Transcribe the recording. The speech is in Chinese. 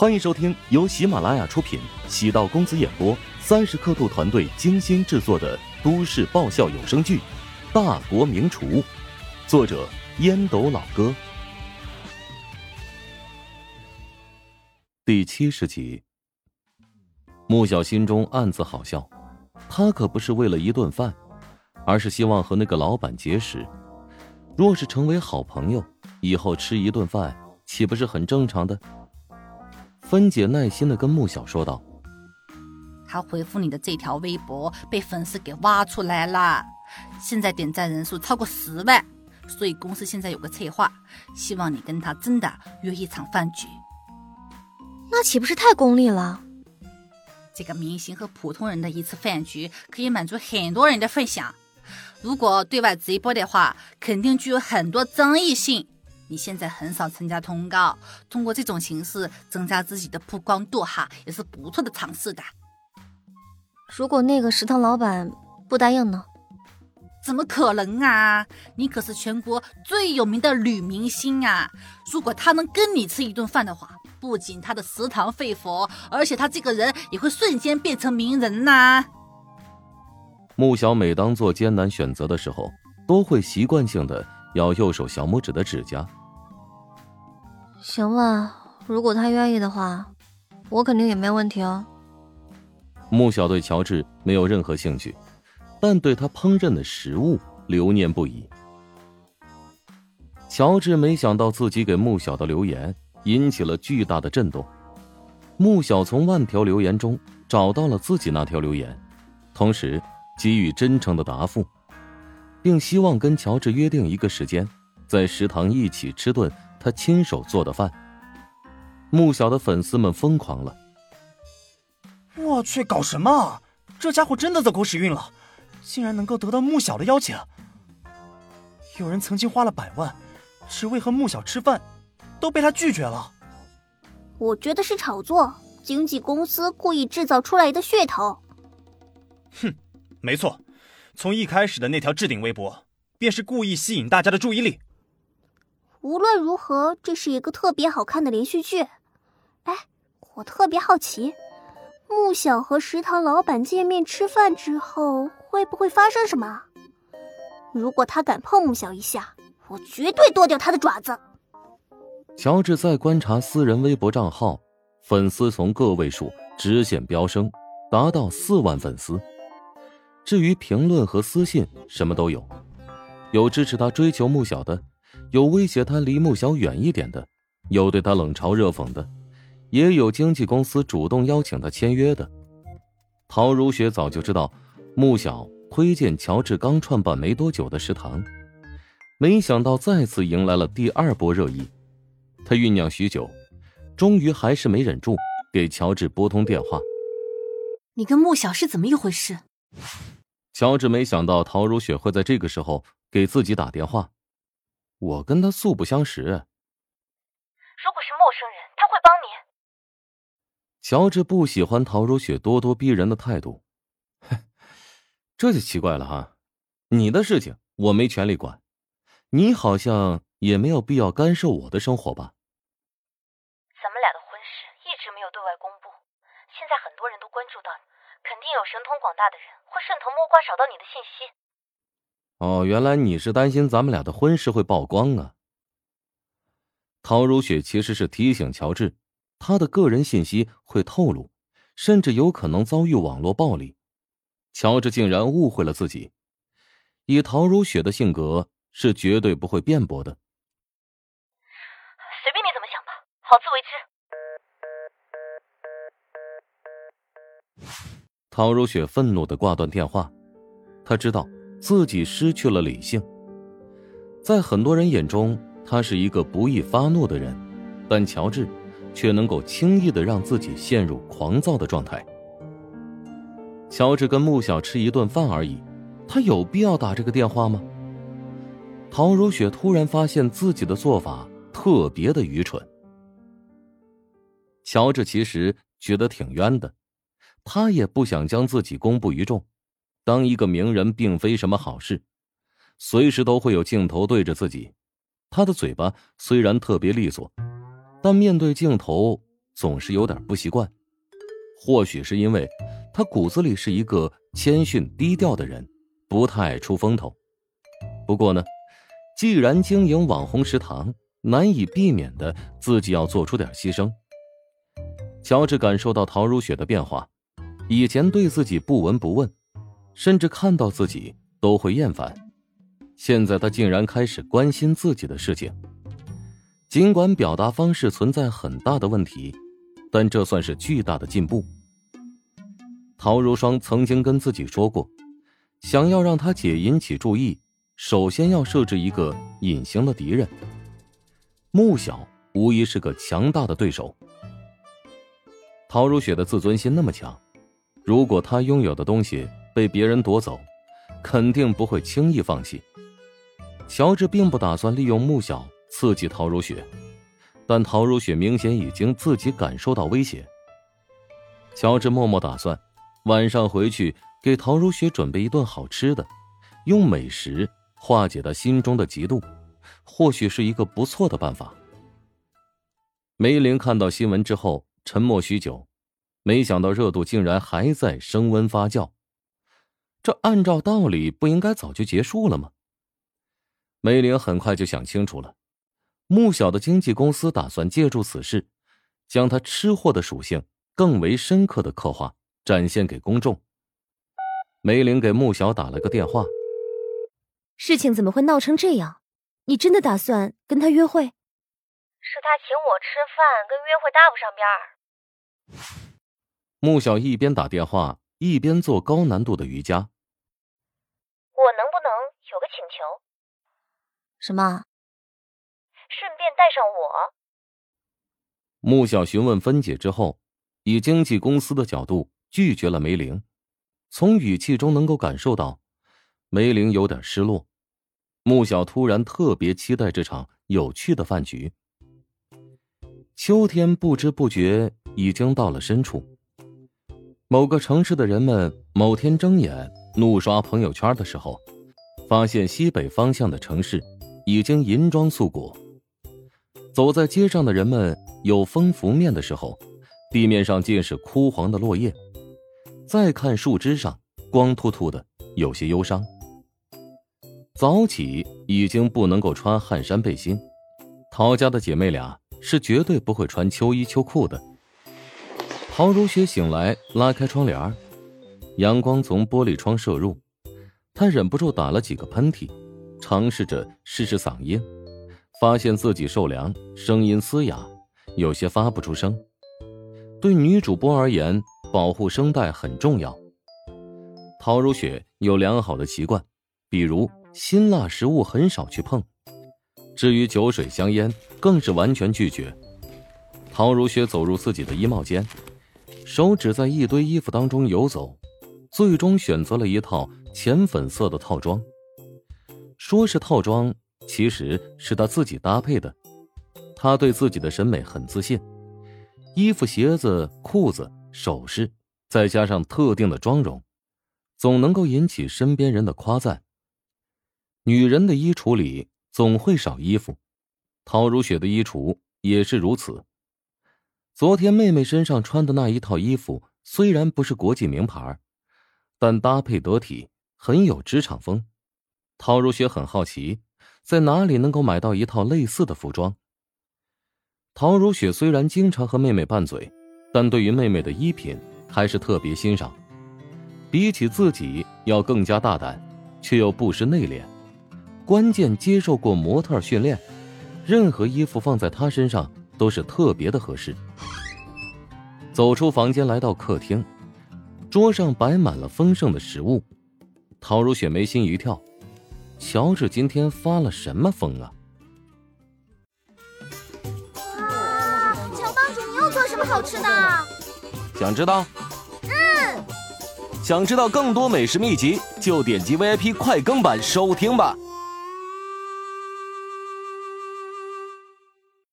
欢迎收听由喜马拉雅出品，喜道公子演播，30刻度团队精心制作的都市爆笑有声剧《大国名厨》，作者烟斗老哥。第70集。穆小心中暗自好笑，他可不是为了一顿饭，而是希望和那个老板结识。若是成为好朋友，以后吃一顿饭岂不是很正常的？芬姐耐心地跟穆小说道， 他回复你的这条微博被粉丝给挖出来了，现在点赞人数超过10万，所以公司现在有个策划，希望你跟他真的约一场饭局。 那岂不是太功利了？ 这个明星和普通人的一次饭局可以满足很多人的分享，如果对外直播的话，肯定具有很多争议性。你现在很少参加通告，通过这种形式增加自己的曝光度也是不错的尝试的。 如果那个食堂老板不答应呢？ 怎么可能啊，你可是全国最有名的女明星啊，如果他能跟你吃一顿饭的话，不仅他的食堂沸佛，而且他这个人也会瞬间变成名人啊。 穆小每当做艰难选择的时候，都会习惯性的咬右手小拇指的指甲。 行吧，如果他愿意的话，我肯定也没问题哦。 穆小对乔治没有任何兴趣，但对他烹饪的食物留念不已。乔治没想到自己给穆小的留言引起了巨大的震动。穆小从万条留言中找到了自己那条留言，同时给予真诚的答复，并希望跟乔治约定一个时间，在食堂一起吃顿他亲手做的饭。穆小的粉丝们疯狂了。 我去，搞什么？这家伙真的走狗屎运了，竟然能够得到穆小的邀请。有人曾经花了100万只为和穆小吃饭，都被他拒绝了。 我觉得是炒作，经纪公司故意制造出来的噱头。 哼，没错，从一开始的那条置顶微博便是故意吸引大家的注意力。 无论如何，这是一个特别好看的连续剧。哎，我特别好奇，穆小和食堂老板见面吃饭之后会不会发生什么？如果他敢碰穆小一下，我绝对剁掉他的爪子。 乔治在观察私人微博账号，粉丝从个位数直线飙升，达到4万粉丝。至于评论和私信，什么都有，有支持他追求穆小的，有威胁他离穆小远一点的，有对他冷嘲热讽的，也有经纪公司主动邀请他签约的。陶如雪早就知道穆小推荐乔治刚创办没多久的食堂，没想到再次迎来了第2波热议。他酝酿许久，终于还是没忍住，给乔治拨通电话。 你跟穆小是怎么一回事？ 乔治没想到陶如雪会在这个时候给自己打电话。我跟他素不相识。如果是陌生人，他会帮你。 乔治不喜欢陶如雪咄咄逼人的态度。这就奇怪了哈，你的事情我没权利管，你好像也没有必要干涉我的生活吧？ 咱们俩的婚事一直没有对外公布，现在很多人都关注到你，肯定有神通广大的人会顺藤摸瓜找到你的信息。 哦，原来你是担心咱们俩的婚事会曝光啊。陶如雪其实是提醒乔治，他的个人信息会透露，甚至有可能遭遇网络暴力。乔治竟然误会了自己，以陶如雪的性格是绝对不会辩驳的。 随便你怎么想吧，好自为之。 陶如雪愤怒地挂断电话，她知道自己失去了理性。在很多人眼中，他是一个不易发怒的人，但乔治却能够轻易地让自己陷入狂躁的状态。乔治跟穆小吃一顿饭而已，他有必要打这个电话吗？陶如雪突然发现自己的做法特别的愚蠢。乔治其实觉得挺冤的，他也不想将自己公布于众，当一个名人并非什么好事，随时都会有镜头对着自己。他的嘴巴虽然特别利索，但面对镜头总是有点不习惯。或许是因为他骨子里是一个谦逊低调的人，不太爱出风头。不过呢，既然经营网红食堂，难以避免的自己要做出点牺牲。乔治感受到陶如雪的变化，以前对自己不闻不问，甚至看到自己都会厌烦，现在他竟然开始关心自己的事情。尽管表达方式存在很大的问题，但这算是巨大的进步。陶如霜曾经跟自己说过，想要让他姐引起注意，首先要设置一个隐形的敌人。穆小无疑是个强大的对手。陶如雪的自尊心那么强，如果她拥有的东西被别人夺走，肯定不会轻易放弃。乔治并不打算利用穆小刺激陶如雪，但陶如雪明显已经自己感受到威胁。乔治默默打算晚上回去给陶如雪准备一顿好吃的，用美食化解她心中的嫉妒，或许是一个不错的办法。梅林看到新闻之后沉默许久，没想到热度竟然还在升温发酵。这按照道理不应该早就结束了吗？梅林很快就想清楚了，穆小的经纪公司打算借助此事，将他吃货的属性更为深刻的刻画，展现给公众。梅林给穆小打了个电话。 事情怎么会闹成这样？你真的打算跟他约会？ 是他请我吃饭，跟约会搭不上边儿。 穆小一边打电话一边做高难度的瑜伽。 我能不能有个请求？ 什么？ 顺便带上我。 穆小询问分解之后，以经纪公司的角度拒绝了梅玲。从语气中能够感受到梅玲有点失落。穆小突然特别期待这场有趣的饭局。秋天不知不觉已经到了深处。某个城市的人们某天睁眼怒刷朋友圈的时候，发现西北方向的城市已经银装素裹。走在街上的人们有风拂面的时候，地面上尽是枯黄的落叶，再看树枝上光秃秃的，有些忧伤。早起已经不能够穿汗衫背心，陶家的姐妹俩是绝对不会穿秋衣秋裤的。陶如雪醒来，拉开窗帘，阳光从玻璃窗射入，她忍不住打了几个喷嚏，尝试着试试嗓音，发现自己受凉，声音嘶哑，有些发不出声。对女主播而言，保护声带很重要。陶如雪有良好的习惯，比如辛辣食物很少去碰，至于酒水香烟更是完全拒绝。陶如雪走入自己的衣帽间，手指在一堆衣服当中游走，最终选择了一套浅粉色的套装。说是套装，其实是她自己搭配的。她对自己的审美很自信，衣服、鞋子、裤子、首饰，再加上特定的妆容，总能够引起身边人的夸赞。女人的衣橱里总会少衣服，陶如雪的衣橱也是如此。昨天妹妹身上穿的那一套衣服虽然不是国际名牌，但搭配得体，很有职场风。陶如雪很好奇，在哪里能够买到一套类似的服装。陶如雪虽然经常和妹妹拌嘴，但对于妹妹的衣品还是特别欣赏。比起自己要更加大胆，却又不失内敛。关键接受过模特训练，任何衣服放在她身上都是特别的合适。走出房间来到客厅，桌上摆满了丰盛的食物。陶如雪眉心一跳，乔治今天发了什么疯啊？ 哇，乔帮主，你又做什么好吃的？ 想知道？想知道更多美食秘籍，就点击 VIP 快更版收听吧。